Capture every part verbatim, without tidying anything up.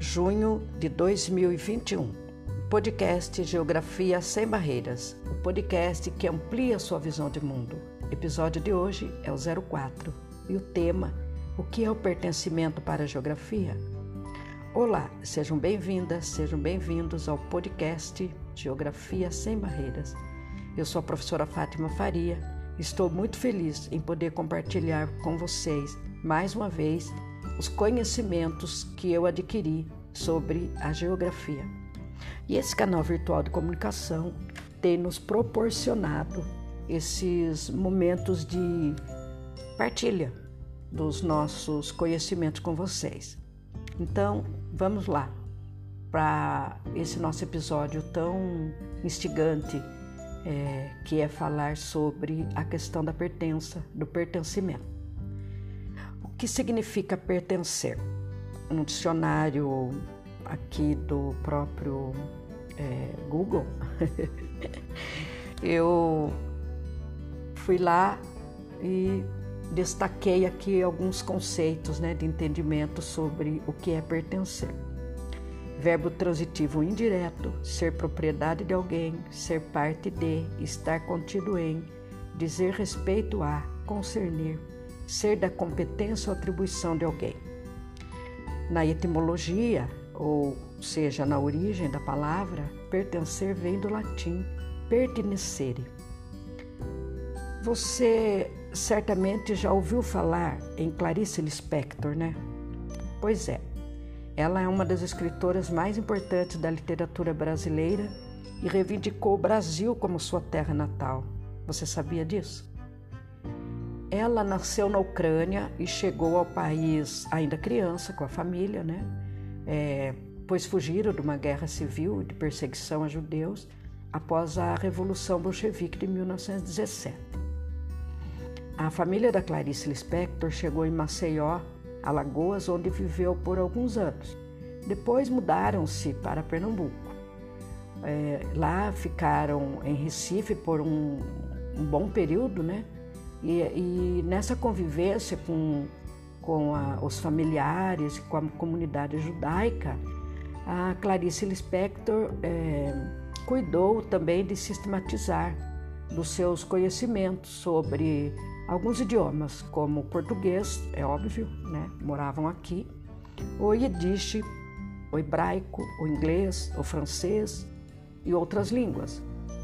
junho de dois mil e vinte e um. Podcast Geografia Sem Barreiras, o podcast que amplia sua visão de mundo. O episódio de hoje é o zero quatro e o tema: o que é o pertencimento para a geografia? Olá, sejam bem-vindas, sejam bem-vindos ao podcast Geografia Sem Barreiras. Eu sou a professora Fátima Faria e estou muito feliz em poder compartilhar com vocês, mais uma vez, os conhecimentos que eu adquiri sobre a geografia. E esse canal virtual de comunicação tem nos proporcionado esses momentos de partilha dos nossos conhecimentos com vocês. Então, vamos lá para esse nosso episódio tão instigante, é, que é falar sobre a questão da pertença, do pertencimento. O que significa pertencer? No dicionário aqui do próprio é, Google, eu fui lá e destaquei aqui alguns conceitos, né, de entendimento sobre o que é pertencer. Verbo transitivo indireto, ser propriedade de alguém, ser parte de, estar contido em, dizer respeito a, concernir, ser da competência ou atribuição de alguém. Na etimologia, ou seja, na origem da palavra, pertencer vem do latim pertinecere. Você certamente já ouviu falar em Clarice Lispector, né? Pois é, ela é uma das escritoras mais importantes da literatura brasileira e reivindicou o Brasil como sua terra natal. Você sabia disso? Ela nasceu na Ucrânia e chegou ao país ainda criança, com a família, né? É, pois fugiram de uma guerra civil de perseguição a judeus após a Revolução Bolchevique de mil novecentos e dezessete. A família da Clarice Lispector chegou em Maceió, Alagoas, onde viveu por alguns anos. Depois mudaram-se para Pernambuco. É, lá ficaram em Recife por um, um bom período, né? E, e nessa convivência com, com a, os familiares, com a comunidade judaica, a Clarice Lispector é, cuidou também de sistematizar dos seus conhecimentos sobre alguns idiomas, como o português, é óbvio, né? Moravam aqui, o Yiddish, o hebraico, o inglês, o francês e outras línguas.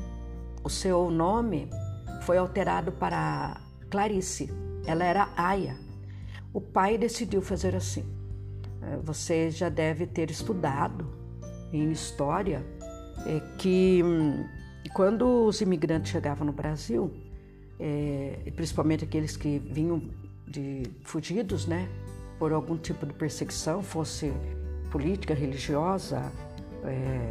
O seu nome foi alterado para Clarice, ela era Aya. O pai decidiu fazer assim. Você já deve ter estudado em história é, que quando os imigrantes chegavam no Brasil, é, principalmente aqueles que vinham de fugidos, né, por algum tipo de perseguição, fosse política, religiosa, é,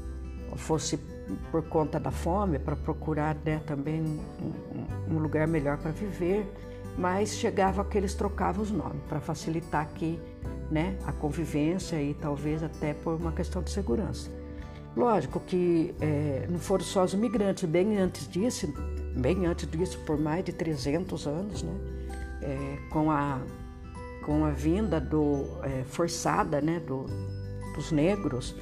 fosse por conta da fome, para procurar, né, também um, um lugar melhor para viver, mas chegava que eles trocavam os nomes para facilitar aqui, né, a convivência e talvez até por uma questão de segurança. Lógico que é, não foram só os imigrantes, bem antes disso, bem antes disso, por mais de trezentos anos, né, é, com a com a vinda do é, forçada, né, do, dos negros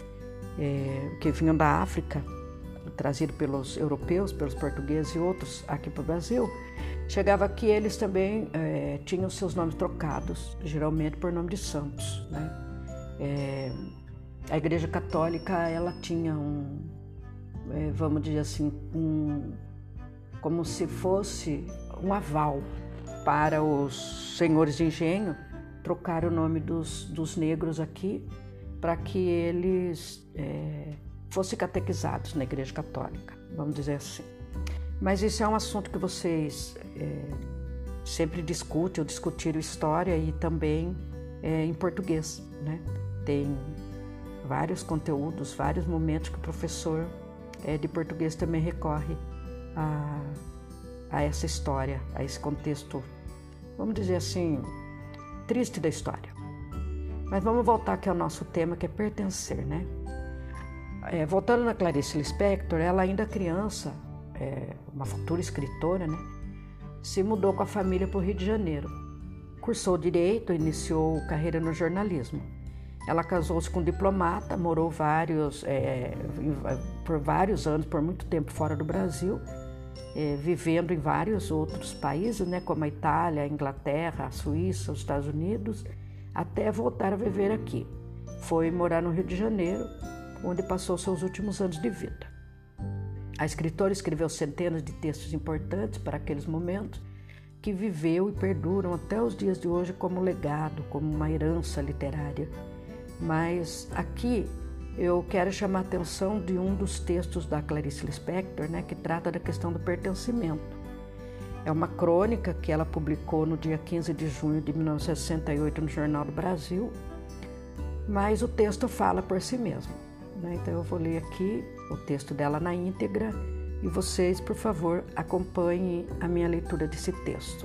é, que vinham da África, trazido pelos europeus, pelos portugueses e outros aqui para o Brasil, chegava aqui eles também é, tinham seus nomes trocados, geralmente por nome de santos, né? É, a Igreja Católica, ela tinha um, é, vamos dizer assim, um, como se fosse um aval para os senhores de engenho trocar o nome dos, dos negros aqui para que eles é, fossem catequizados na Igreja Católica, vamos dizer assim. Mas isso é um assunto que vocês é, sempre discutem, ou discutiram história e também é, em português, né? Tem vários conteúdos, vários momentos que o professor é, de português também recorre a, a essa história, a esse contexto, vamos dizer assim, triste da história. Mas vamos voltar aqui ao nosso tema, que é pertencer, né? É, voltando na Clarice Lispector, ela ainda criança, é, uma futura escritora, né? Se mudou com a família para o Rio de Janeiro. Cursou Direito e iniciou carreira no jornalismo. Ela casou-se com um diplomata, morou vários, é, por vários anos, por muito tempo fora do Brasil, é, vivendo em vários outros países, né, como a Itália, a Inglaterra, a Suíça, os Estados Unidos, até voltar a viver aqui. Foi morar no Rio de Janeiro, onde passou seus últimos anos de vida. A escritora escreveu centenas de textos importantes para aqueles momentos, que viveu e perduram até os dias de hoje como legado, como uma herança literária. Mas aqui eu quero chamar a atenção de um dos textos da Clarice Lispector, né, que trata da questão do pertencimento. É uma crônica que ela publicou no dia quinze de junho de mil novecentos e sessenta e oito no Jornal do Brasil, mas o texto fala por si mesmo, né? Então eu vou ler aqui o texto dela na íntegra e vocês, por favor, acompanhem a minha leitura desse texto.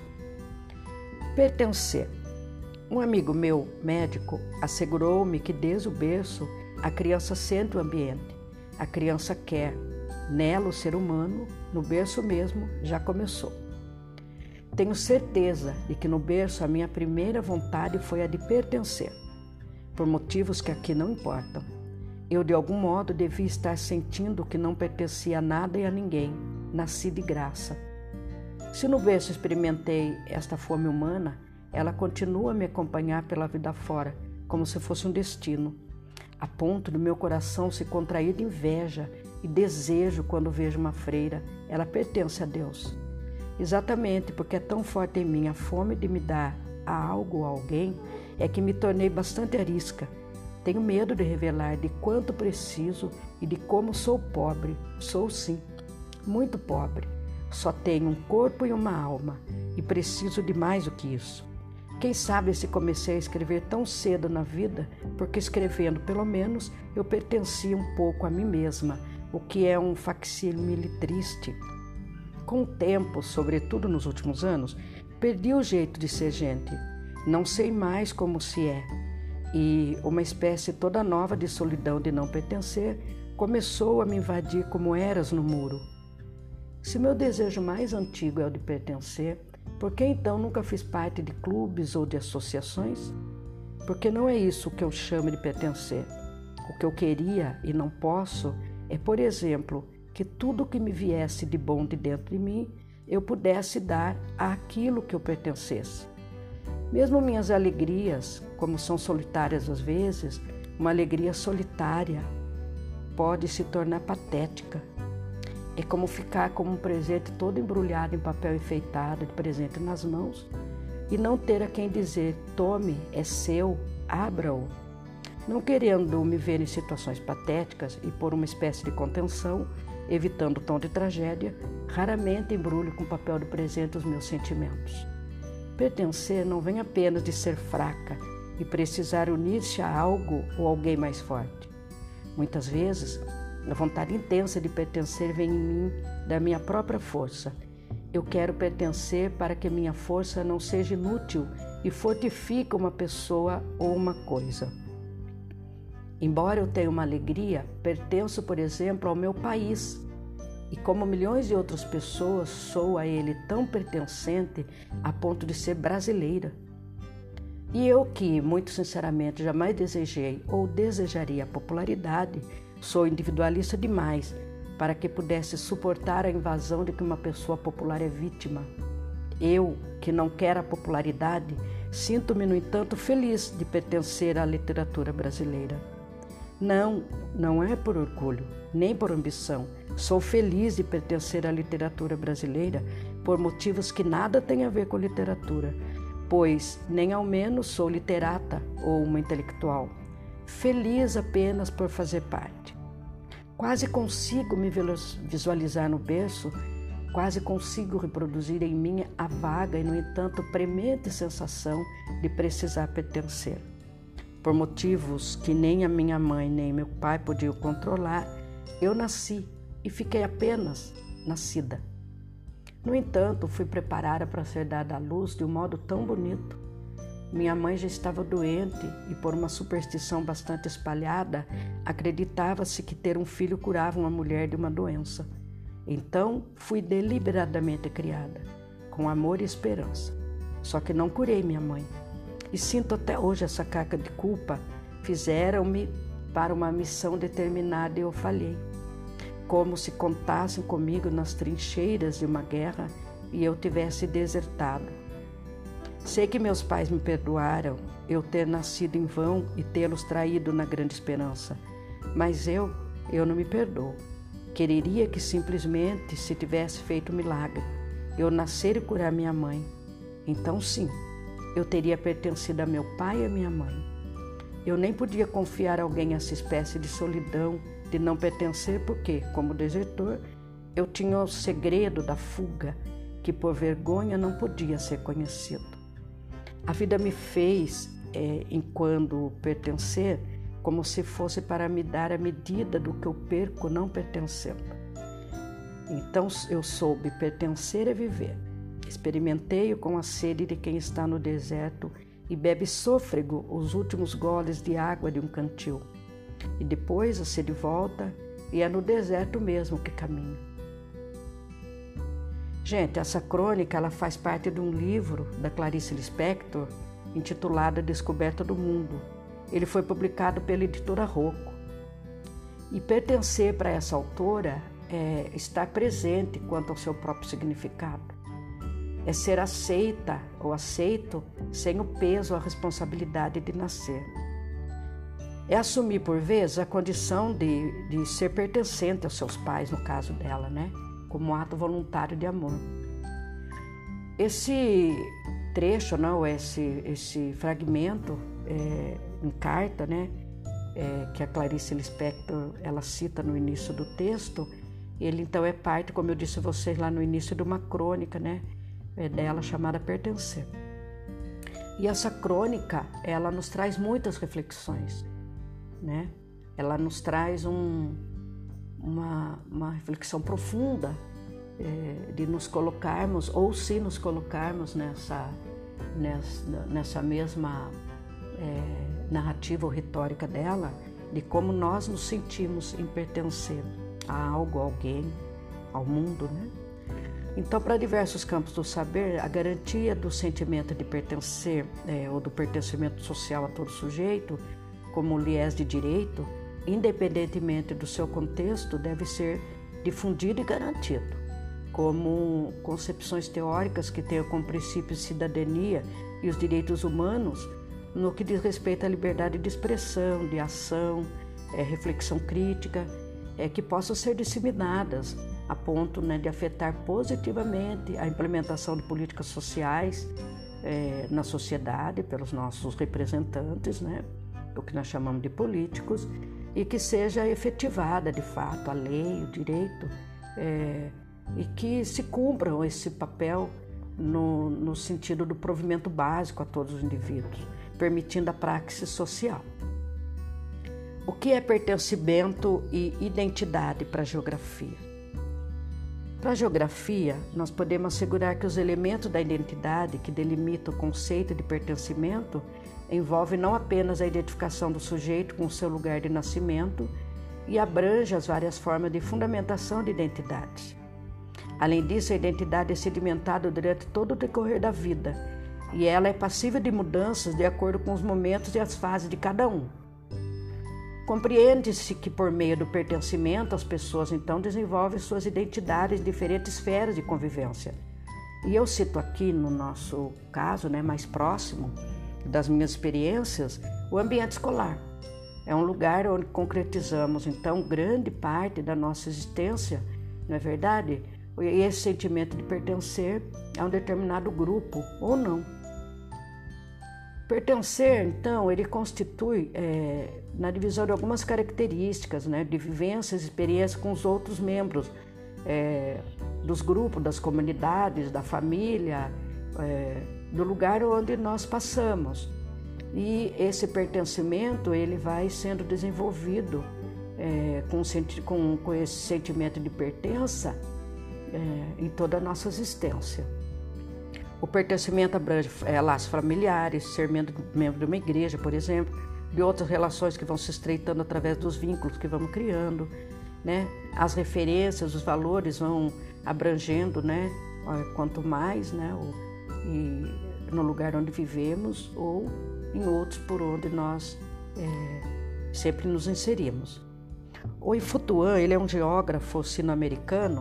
Pertencer. Um amigo meu, médico, assegurou-me que desde o berço a criança sente o ambiente. A criança quer. Nela o ser humano, no berço mesmo, já começou. Tenho certeza de que no berço a minha primeira vontade foi a de pertencer, por motivos que aqui não importam. Eu, de algum modo, devia estar sentindo que não pertencia a nada e a ninguém, nasci de graça. Se no berço experimentei esta fome humana, ela continua a me acompanhar pela vida fora, como se fosse um destino, a ponto do meu coração se contrair de inveja e desejo quando vejo uma freira. Ela pertence a Deus. Exatamente porque é tão forte em mim a fome de me dar a algo ou a alguém, é que me tornei bastante arisca. Tenho medo de revelar de quanto preciso e de como sou pobre. Sou sim, muito pobre. Só tenho um corpo e uma alma e preciso de mais do que isso. Quem sabe se comecei a escrever tão cedo na vida, porque escrevendo, pelo menos, eu pertencia um pouco a mim mesma, o que é um facsímile triste. Com o tempo, sobretudo nos últimos anos, perdi o jeito de ser gente. Não sei mais como se é. E uma espécie toda nova de solidão de não pertencer começou a me invadir como eras no muro. Se meu desejo mais antigo é o de pertencer, por que então nunca fiz parte de clubes ou de associações? Porque não é isso que eu chamo de pertencer. O que eu queria e não posso é, por exemplo, que tudo que me viesse de bom de dentro de mim, eu pudesse dar àquilo que eu pertencesse. Mesmo minhas alegrias, como são solitárias às vezes, uma alegria solitária pode se tornar patética. É como ficar como um presente todo embrulhado em papel enfeitado de presente nas mãos e não ter a quem dizer, tome, é seu, abra-o. Não querendo me ver em situações patéticas e por uma espécie de contenção, evitando o tom de tragédia, raramente embrulho com papel de presente os meus sentimentos. Pertencer não vem apenas de ser fraca e precisar unir-se a algo ou alguém mais forte. Muitas vezes, a vontade intensa de pertencer vem em mim da minha própria força. Eu quero pertencer para que minha força não seja inútil e fortifique uma pessoa ou uma coisa. Embora eu tenha uma alegria, pertenço, por exemplo, ao meu país. E como milhões de outras pessoas, sou a ele tão pertencente a ponto de ser brasileira. E eu que, muito sinceramente, jamais desejei ou desejaria a popularidade, sou individualista demais para que pudesse suportar a invasão de que uma pessoa popular é vítima. Eu, que não quero a popularidade, sinto-me, no entanto, feliz de pertencer à literatura brasileira. Não, não é por orgulho, nem por ambição. Sou feliz de pertencer à literatura brasileira por motivos que nada têm a ver com literatura, pois nem ao menos sou literata ou uma intelectual. Feliz apenas por fazer parte. Quase consigo me visualizar no berço, quase consigo reproduzir em mim a vaga e, no entanto, premente sensação de precisar pertencer. Por motivos que nem a minha mãe nem meu pai podiam controlar, eu nasci e fiquei apenas nascida. No entanto, fui preparada para ser dada à luz de um modo tão bonito. Minha mãe já estava doente e, por uma superstição bastante espalhada, acreditava-se que ter um filho curava uma mulher de uma doença. Então, fui deliberadamente criada, com amor e esperança. Só que não curei minha mãe. E sinto até hoje essa carga de culpa, fizeram-me para uma missão determinada e eu falhei, como se contassem comigo nas trincheiras de uma guerra e eu tivesse desertado. Sei que meus pais me perdoaram eu ter nascido em vão e tê-los traído na grande esperança, mas eu, eu não me perdoo. Quereria que simplesmente se tivesse feito um milagre, eu nascer e curar minha mãe. Então sim, eu teria pertencido a meu pai e a minha mãe. Eu nem podia confiar a alguém essa espécie de solidão, de não pertencer, porque, como desertor, eu tinha o segredo da fuga, que por vergonha não podia ser conhecido. A vida me fez, é, enquanto pertencer, como se fosse para me dar a medida do que eu perco não pertencendo. Então eu soube pertencer e viver. Experimentei-o com a sede de quem está no deserto e bebe sôfrego os últimos goles de água de um cantil. E depois a sede volta e é no deserto mesmo que caminho. Gente, essa crônica ela faz parte de um livro da Clarice Lispector intitulado Descoberta do Mundo. Ele foi publicado pela editora Rocco. E pertencer para essa autora é estar presente quanto ao seu próprio significado. É ser aceita ou aceito sem o peso ou a responsabilidade de nascer. É assumir, por vezes, a condição de, de ser pertencente aos seus pais, no caso dela, né? Como ato voluntário de amor. Esse trecho, não, esse, esse fragmento é, em carta, né? É, que a Clarice Lispector ela cita no início do texto, ele então é parte, como eu disse a vocês lá no início, de uma crônica, né? É dela chamada Pertencer. E essa crônica, ela nos traz muitas reflexões, né? Ela nos traz um, uma, uma reflexão profunda é, de nos colocarmos, ou se nos colocarmos nessa, nessa, nessa mesma é, narrativa ou retórica dela, de como nós nos sentimos em pertencer a algo, a alguém, ao mundo, né? Então, para diversos campos do saber, a garantia do sentimento de pertencer é, ou do pertencimento social a todo sujeito, como liés de direito, independentemente do seu contexto, deve ser difundido e garantido, como concepções teóricas que tenham como princípio de cidadania e os direitos humanos no que diz respeito à liberdade de expressão, de ação, é, reflexão crítica, é, que possam ser disseminadas a ponto, né, de afetar positivamente a implementação de políticas sociais é, na sociedade pelos nossos representantes, né, o que nós chamamos de políticos, e que seja efetivada de fato a lei, o direito, é, e que se cumpram esse papel no, no sentido do provimento básico a todos os indivíduos, permitindo a praxis social. O que é pertencimento e identidade para a geografia? Para a geografia, nós podemos assegurar que os elementos da identidade que delimitam o conceito de pertencimento envolvem não apenas a identificação do sujeito com o seu lugar de nascimento e abrange as várias formas de fundamentação de identidades. Além disso, a identidade é sedimentada durante todo o decorrer da vida e ela é passível de mudanças de acordo com os momentos e as fases de cada um. Compreende-se que por meio do pertencimento as pessoas então desenvolvem suas identidades em diferentes esferas de convivência. E eu cito aqui no nosso caso, né, mais próximo das minhas experiências, o ambiente escolar. É um lugar onde concretizamos então grande parte da nossa existência, não é verdade? E esse sentimento de pertencer a um determinado grupo ou não. Pertencer, então, ele constitui é, na divisão de algumas características, né, de vivências e experiências com os outros membros é, dos grupos, das comunidades, da família, é, do lugar onde nós passamos. E esse pertencimento ele vai sendo desenvolvido é, com, com, com esse sentimento de pertença é, em toda a nossa existência. O pertencimento abrange é, laços familiares, ser membro, membro de uma igreja, por exemplo, de outras relações que vão se estreitando através dos vínculos que vamos criando, né? As referências, os valores vão abrangendo, né? Quanto mais, né? O, e no lugar onde vivemos ou em outros por onde nós é, sempre nos inserimos. O Yifu-Tuan, ele é um geógrafo sino-americano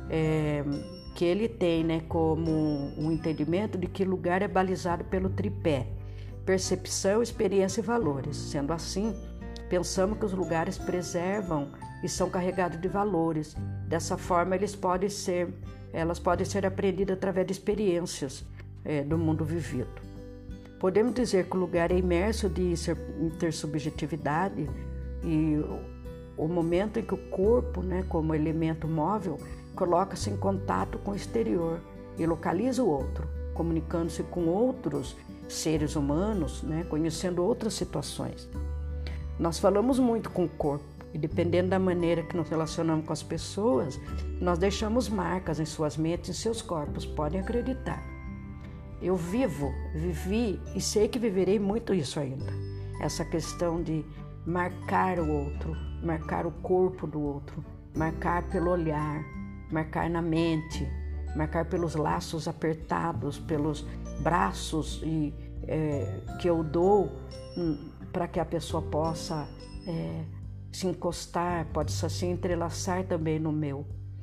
é, que ele tem, né, como um entendimento de que lugar é balizado pelo tripé: percepção, experiência e valores. Sendo assim, pensamos que os lugares preservam e são carregados de valores. Dessa forma, eles podem ser, elas podem ser aprendidas através de experiências é, do mundo vivido. Podemos dizer que o lugar é imerso de intersubjetividade e o momento em que o corpo, né, como elemento móvel, coloca-se em contato com o exterior e localiza o outro, comunicando-se com outros seres humanos, né, conhecendo outras situações. Nós falamos muito com o corpo e, dependendo da maneira que nos relacionamos com as pessoas, nós deixamos marcas em suas mentes e em seus corpos, podem acreditar. Eu vivo, vivi e sei que viverei muito isso ainda. Essa questão de marcar o outro, marcar o corpo do outro, marcar pelo olhar, marcar na mente, marcar pelos laços apertados, pelos braços e, é, que eu dou hum, para que a pessoa possa é, se encostar, pode se entrelaçar também no meu.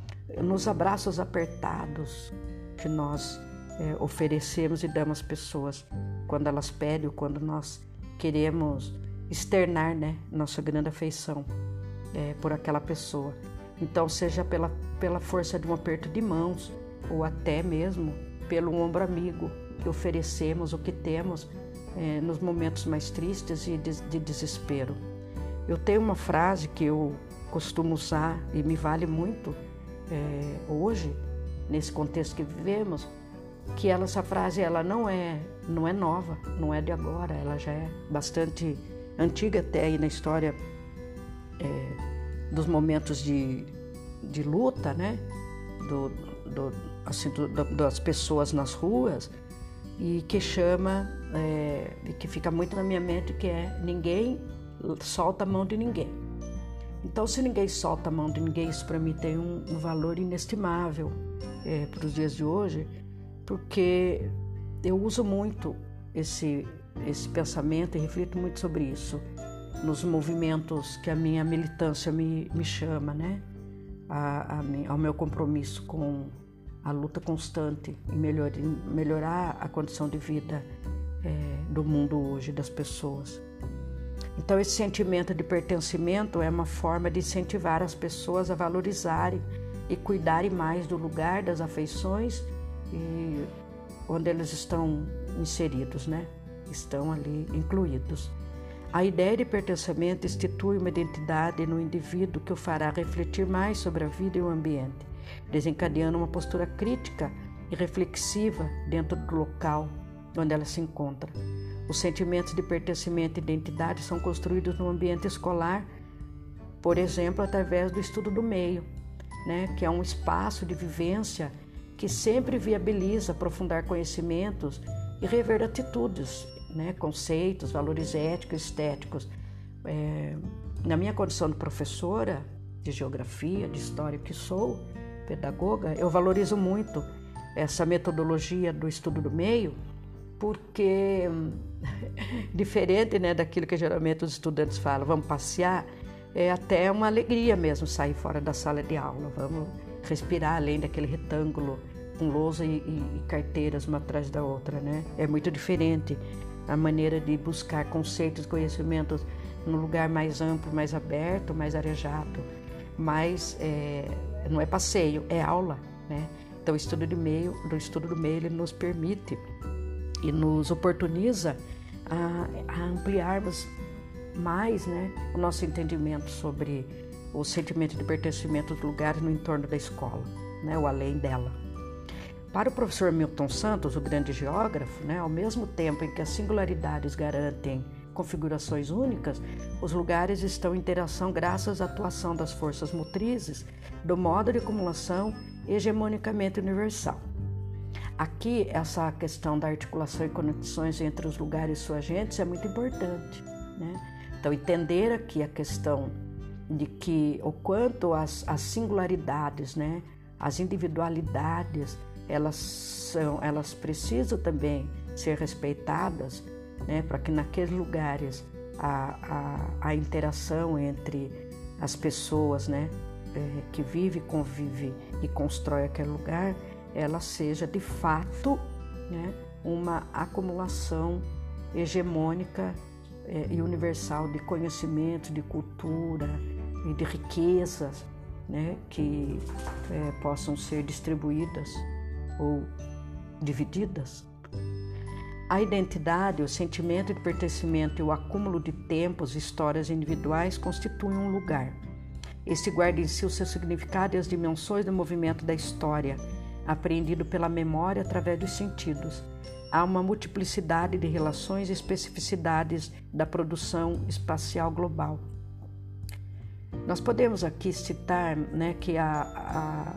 Nos abraços apertados que nós é, oferecemos e damos às pessoas quando elas pedem ou quando nós queremos externar, né, nossa grande afeição é, por aquela pessoa. Então, seja pela, pela força de um aperto de mãos ou até mesmo pelo um ombro amigo que oferecemos o que temos é, nos momentos mais tristes e de, de desespero. Eu tenho uma frase que eu costumo usar e me vale muito é, hoje, nesse contexto que vivemos, que ela, essa frase ela não é, não é nova, não é de agora, ela já é bastante antiga até aí na história é, dos momentos de, de luta, né? do, do, assim, do, das pessoas nas ruas, e que chama, é, e que fica muito na minha mente, que é: ninguém solta a mão de ninguém. Então, se ninguém solta a mão de ninguém, isso para mim tem um, um valor inestimável é, para os dias de hoje, porque eu uso muito esse, esse pensamento e reflito muito sobre isso nos movimentos que a minha militância me, me chama, né? A, a, ao meu compromisso com a luta constante em melhor, melhorar a condição de vida é, do mundo hoje, das pessoas. Então, esse sentimento de pertencimento é uma forma de incentivar as pessoas a valorizarem e cuidarem mais do lugar, das afeições e onde eles estão inseridos, né? Estão ali incluídos. A ideia de pertencimento institui uma identidade no indivíduo que o fará refletir mais sobre a vida e o ambiente, desencadeando uma postura crítica e reflexiva dentro do local onde ela se encontra. Os sentimentos de pertencimento e identidade são construídos no ambiente escolar, por exemplo, através do estudo do meio, né, que é um espaço de vivência que sempre viabiliza aprofundar conhecimentos e rever atitudes, né, conceitos, valores éticos e estéticos. É, na minha condição de professora de geografia, de história que sou, pedagoga, eu valorizo muito essa metodologia do estudo do meio, porque, diferente, né, daquilo que geralmente os estudantes falam, vamos passear, é até uma alegria mesmo sair fora da sala de aula, vamos respirar além daquele retângulo com lousa e, e, e carteiras uma atrás da outra, né? É muito diferente a maneira de buscar conceitos e conhecimentos num lugar mais amplo, mais aberto, mais arejado, mas é, não é passeio, é aula, né? Então, o estudo de meio, do estudo do meio, ele nos permite e nos oportuniza a, a ampliarmos mais, né, o nosso entendimento sobre o sentimento de pertencimento dos lugares no entorno da escola, né, ou além dela. Para o professor Milton Santos, o grande geógrafo, né, ao mesmo tempo em que as singularidades garantem configurações únicas, os lugares estão em interação graças à atuação das forças motrizes do modo de acumulação hegemonicamente universal. Aqui, essa questão da articulação e conexões entre os lugares e suas agentes é muito importante, né? Então, entender aqui a questão de que o quanto as, as singularidades, né, as individualidades, elas, são, elas precisam também ser respeitadas, né, para que naqueles lugares a, a, a interação entre as pessoas, né, é, que vive, convive e constrói aquele lugar, ela seja de fato, né, uma acumulação hegemônica é, e universal de conhecimento, de cultura e de riquezas, né, que é, possam ser distribuídas ou divididas. A identidade, o sentimento de pertencimento e o acúmulo de tempos e histórias individuais constituem um lugar. Este guarda em si o seu significado e as dimensões do movimento da história, apreendido pela memória através dos sentidos. Há uma multiplicidade de relações e especificidades da produção espacial global. Nós podemos aqui citar, né, que há, há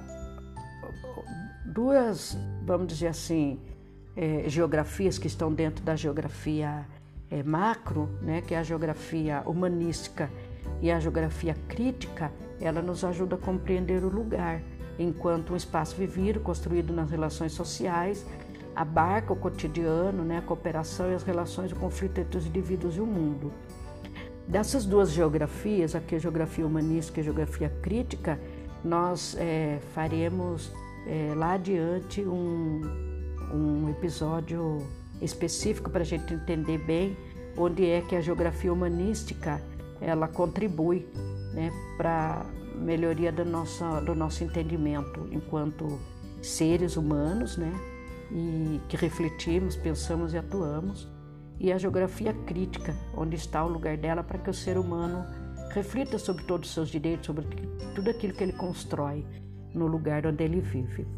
duas, vamos dizer assim, É, geografias que estão dentro da geografia é, macro, né, que é a geografia humanística e a geografia crítica. Ela nos ajuda a compreender o lugar, enquanto um espaço vivido, construído nas relações sociais, abarca o cotidiano, né, a cooperação e as relações, o conflito entre os indivíduos e o mundo. Dessas duas geografias, aqui a geografia humanística e a geografia crítica, nós é, faremos é, lá adiante um um episódio específico para a gente entender bem onde é que a geografia humanística ela contribui, né, para a melhoria do nosso, do nosso entendimento enquanto seres humanos, né, e que refletimos, pensamos e atuamos, e a geografia crítica, onde está o lugar dela para que o ser humano reflita sobre todos os seus direitos, sobre tudo aquilo que ele constrói no lugar onde ele vive.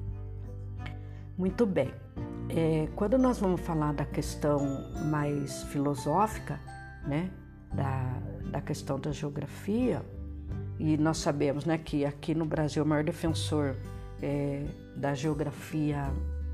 Muito bem. É, quando nós vamos falar da questão mais filosófica, né, da, da questão da geografia, e nós sabemos, né, que aqui no Brasil o maior defensor é, da geografia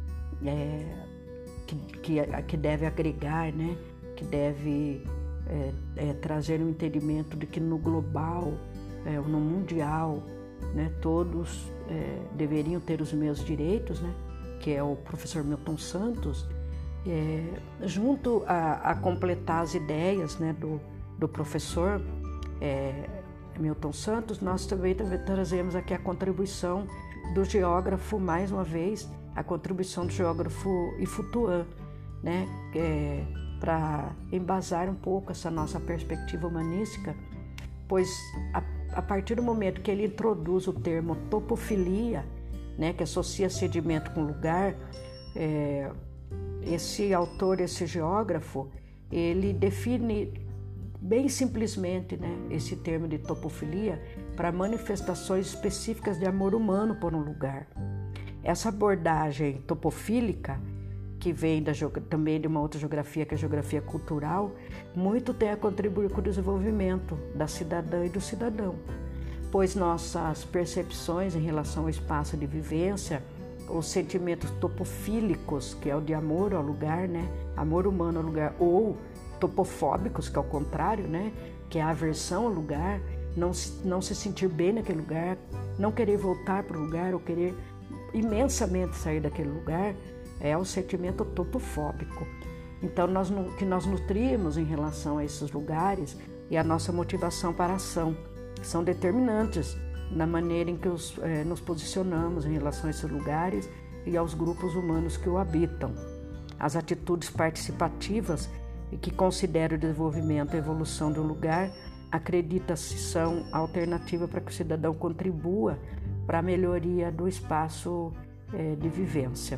é, que, que, que deve agregar, né, que deve é, é, trazer um entendimento de que no global, é, no mundial, né, todos é, deveriam ter os mesmos direitos, né, que é o professor Milton Santos, é, junto a, a completar as ideias, né, do, do professor é, Milton Santos, nós também trazemos aqui a contribuição do geógrafo, mais uma vez, a contribuição do geógrafo Ifutuan, né, é, para embasar um pouco essa nossa perspectiva humanística, pois a, a partir do momento que ele introduz o termo topofilia, né, que associa sedimento com lugar, é, esse autor, esse geógrafo, ele define bem simplesmente, né, esse termo de topofilia para manifestações específicas de amor humano por um lugar. Essa abordagem topofílica, que vem da, também de uma outra geografia, que é a geografia cultural, muito tem a contribuir com o desenvolvimento da cidadã e do cidadão, pois nossas percepções em relação ao espaço de vivência, os sentimentos topofílicos, que é o de amor ao lugar, né? Amor humano ao lugar, ou topofóbicos, que é o contrário, né? Que é a aversão ao lugar, não se, não se sentir bem naquele lugar, não querer voltar para o lugar ou querer imensamente sair daquele lugar, é o sentimento topofóbico. Então, nós, o que nós nutrimos em relação a esses lugares é a nossa motivação para a ação, são determinantes na maneira em que os, eh, nos posicionamos em relação a esses lugares e aos grupos humanos que o habitam. As atitudes participativas e que consideram o desenvolvimento e a evolução do lugar, acredita-se são a alternativa para que o cidadão contribua para a melhoria do espaço eh, de vivência.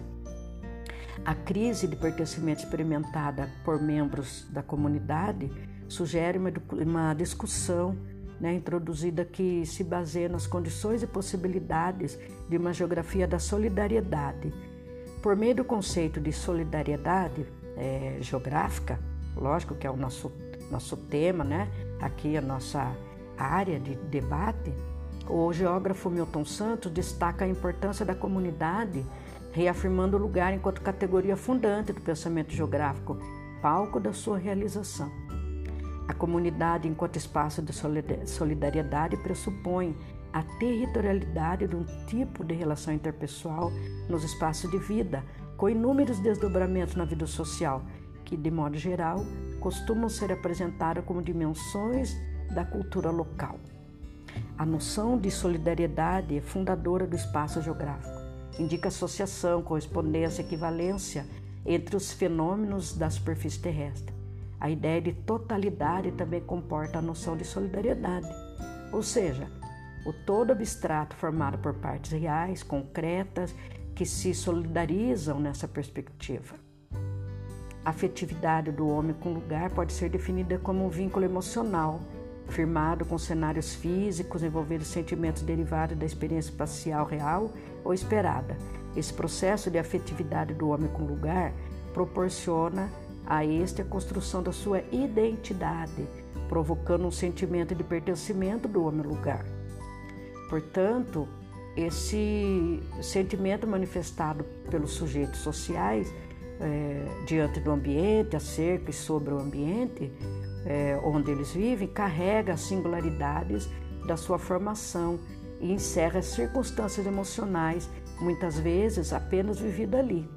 A crise de pertencimento experimentada por membros da comunidade sugere uma, uma discussão, né, introduzida que se baseia nas condições e possibilidades de uma geografia da solidariedade. Por meio do conceito de solidariedade é, geográfica, lógico que é o nosso, nosso tema, né, aqui a nossa área de debate, o geógrafo Milton Santos destaca a importância da comunidade, reafirmando o lugar enquanto categoria fundante do pensamento geográfico, palco da sua realização. A comunidade, enquanto espaço de solidariedade, pressupõe a territorialidade de um tipo de relação interpessoal nos espaços de vida, com inúmeros desdobramentos na vida social, que, de modo geral, costumam ser apresentadas como dimensões da cultura local. A noção de solidariedade é fundadora do espaço geográfico. Indica associação, correspondência, equivalência entre os fenômenos da superfície terrestre. A ideia de totalidade também comporta a noção de solidariedade, ou seja, o todo abstrato formado por partes reais, concretas, que se solidarizam nessa perspectiva. A afetividade do homem com o lugar pode ser definida como um vínculo emocional, firmado com cenários físicos envolvendo sentimentos derivados da experiência espacial real ou esperada. Esse processo de afetividade do homem com o lugar proporciona a este a construção da sua identidade, provocando um sentimento de pertencimento do homem ao lugar. Portanto, esse sentimento manifestado pelos sujeitos sociais é, diante do ambiente, acerca e sobre o ambiente é, onde eles vivem, carrega as singularidades da sua formação e encerra as circunstâncias emocionais, muitas vezes apenas vividas ali.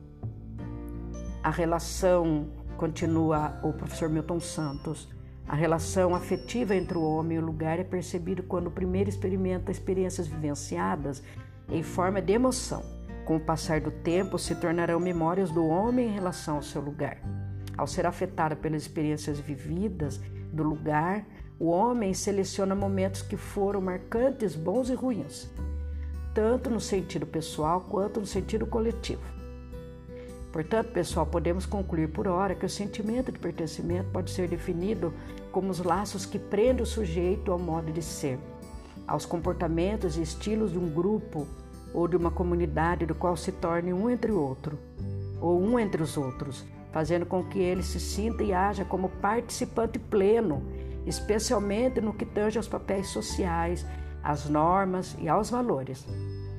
A relação, continua o professor Milton Santos, a relação afetiva entre o homem e o lugar é percebida quando o primeiro experimenta experiências vivenciadas em forma de emoção. Com o passar do tempo, se tornarão memórias do homem em relação ao seu lugar. Ao ser afetado pelas experiências vividas do lugar, o homem seleciona momentos que foram marcantes, bons e ruins, tanto no sentido pessoal quanto no sentido coletivo. Portanto, pessoal, podemos concluir por hora que o sentimento de pertencimento pode ser definido como os laços que prendem o sujeito ao modo de ser, aos comportamentos e estilos de um grupo ou de uma comunidade do qual se torne um entre o outro, ou um entre os outros, fazendo com que ele se sinta e haja como participante pleno, especialmente no que tange aos papéis sociais, às normas e aos valores.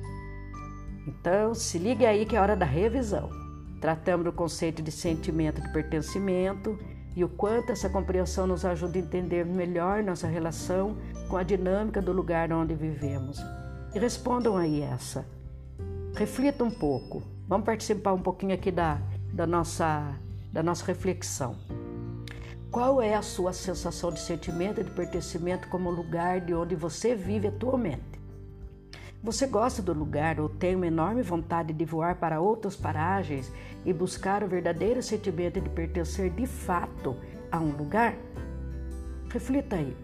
Então, se ligue aí que é hora da revisão. Tratamos do conceito de sentimento de pertencimento e o quanto essa compreensão nos ajuda a entender melhor nossa relação com a dinâmica do lugar onde vivemos. E respondam aí essa. Reflitam um pouco. Vamos participar um pouquinho aqui da, da, nossa, da nossa reflexão. Qual é a sua sensação de sentimento de pertencimento como lugar de onde você vive atualmente? Você gosta do lugar ou tem uma enorme vontade de voar para outras paragens e buscar o verdadeiro sentimento de pertencer de fato a um lugar? Reflita aí.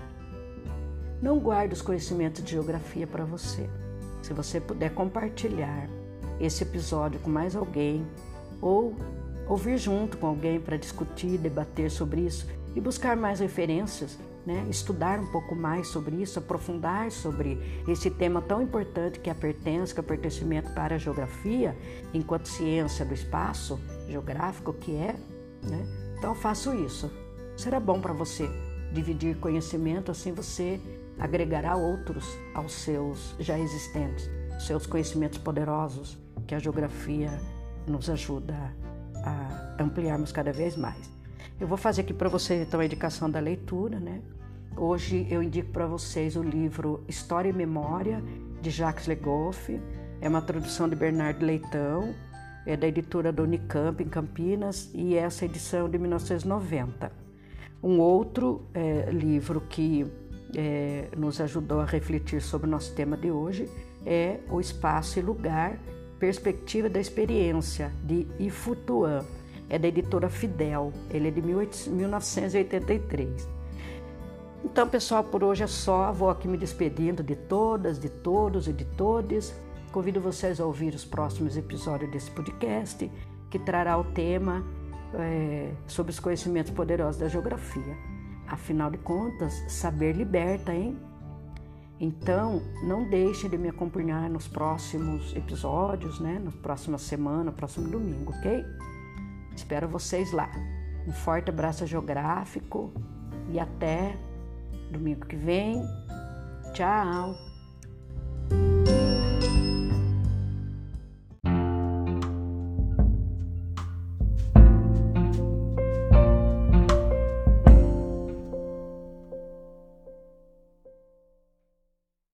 Não guarde os conhecimentos de geografia para você. Se você puder compartilhar esse episódio com mais alguém ou ouvir junto com alguém para discutir, debater sobre isso e buscar mais referências, né? Estudar um pouco mais sobre isso, aprofundar sobre esse tema tão importante que é a pertença, que é o pertencimento para a geografia, enquanto ciência do espaço geográfico que é, né? Então faço isso. Será bom para você dividir conhecimento, assim você agregará outros aos seus já existentes, seus conhecimentos poderosos que a geografia nos ajuda a ampliarmos cada vez mais. Eu vou fazer aqui para vocês então a indicação da leitura, né? Hoje eu indico para vocês o livro História e Memória, de Jacques Le Goff. É uma tradução de Bernardo Leitão, é da editora da Unicamp, em Campinas, e essa edição de mil novecentos e noventa. Um outro é, livro que é, nos ajudou a refletir sobre o nosso tema de hoje é O Espaço e Lugar, Perspectiva da Experiência, de Yi-Fu Tuan. É da editora Fidel, ele é de mil novecentos e oitenta e três. Então, pessoal, por hoje é só. Vou aqui me despedindo de todas, de todos e de todes. Convido vocês a ouvir os próximos episódios desse podcast, que trará o tema é, sobre os conhecimentos poderosos da geografia. Afinal de contas, saber liberta, hein? Então, não deixem de me acompanhar nos próximos episódios, né? Na próxima semana, no próximo domingo, ok? Espero vocês lá. Um forte abraço geográfico e até domingo que vem. Tchau!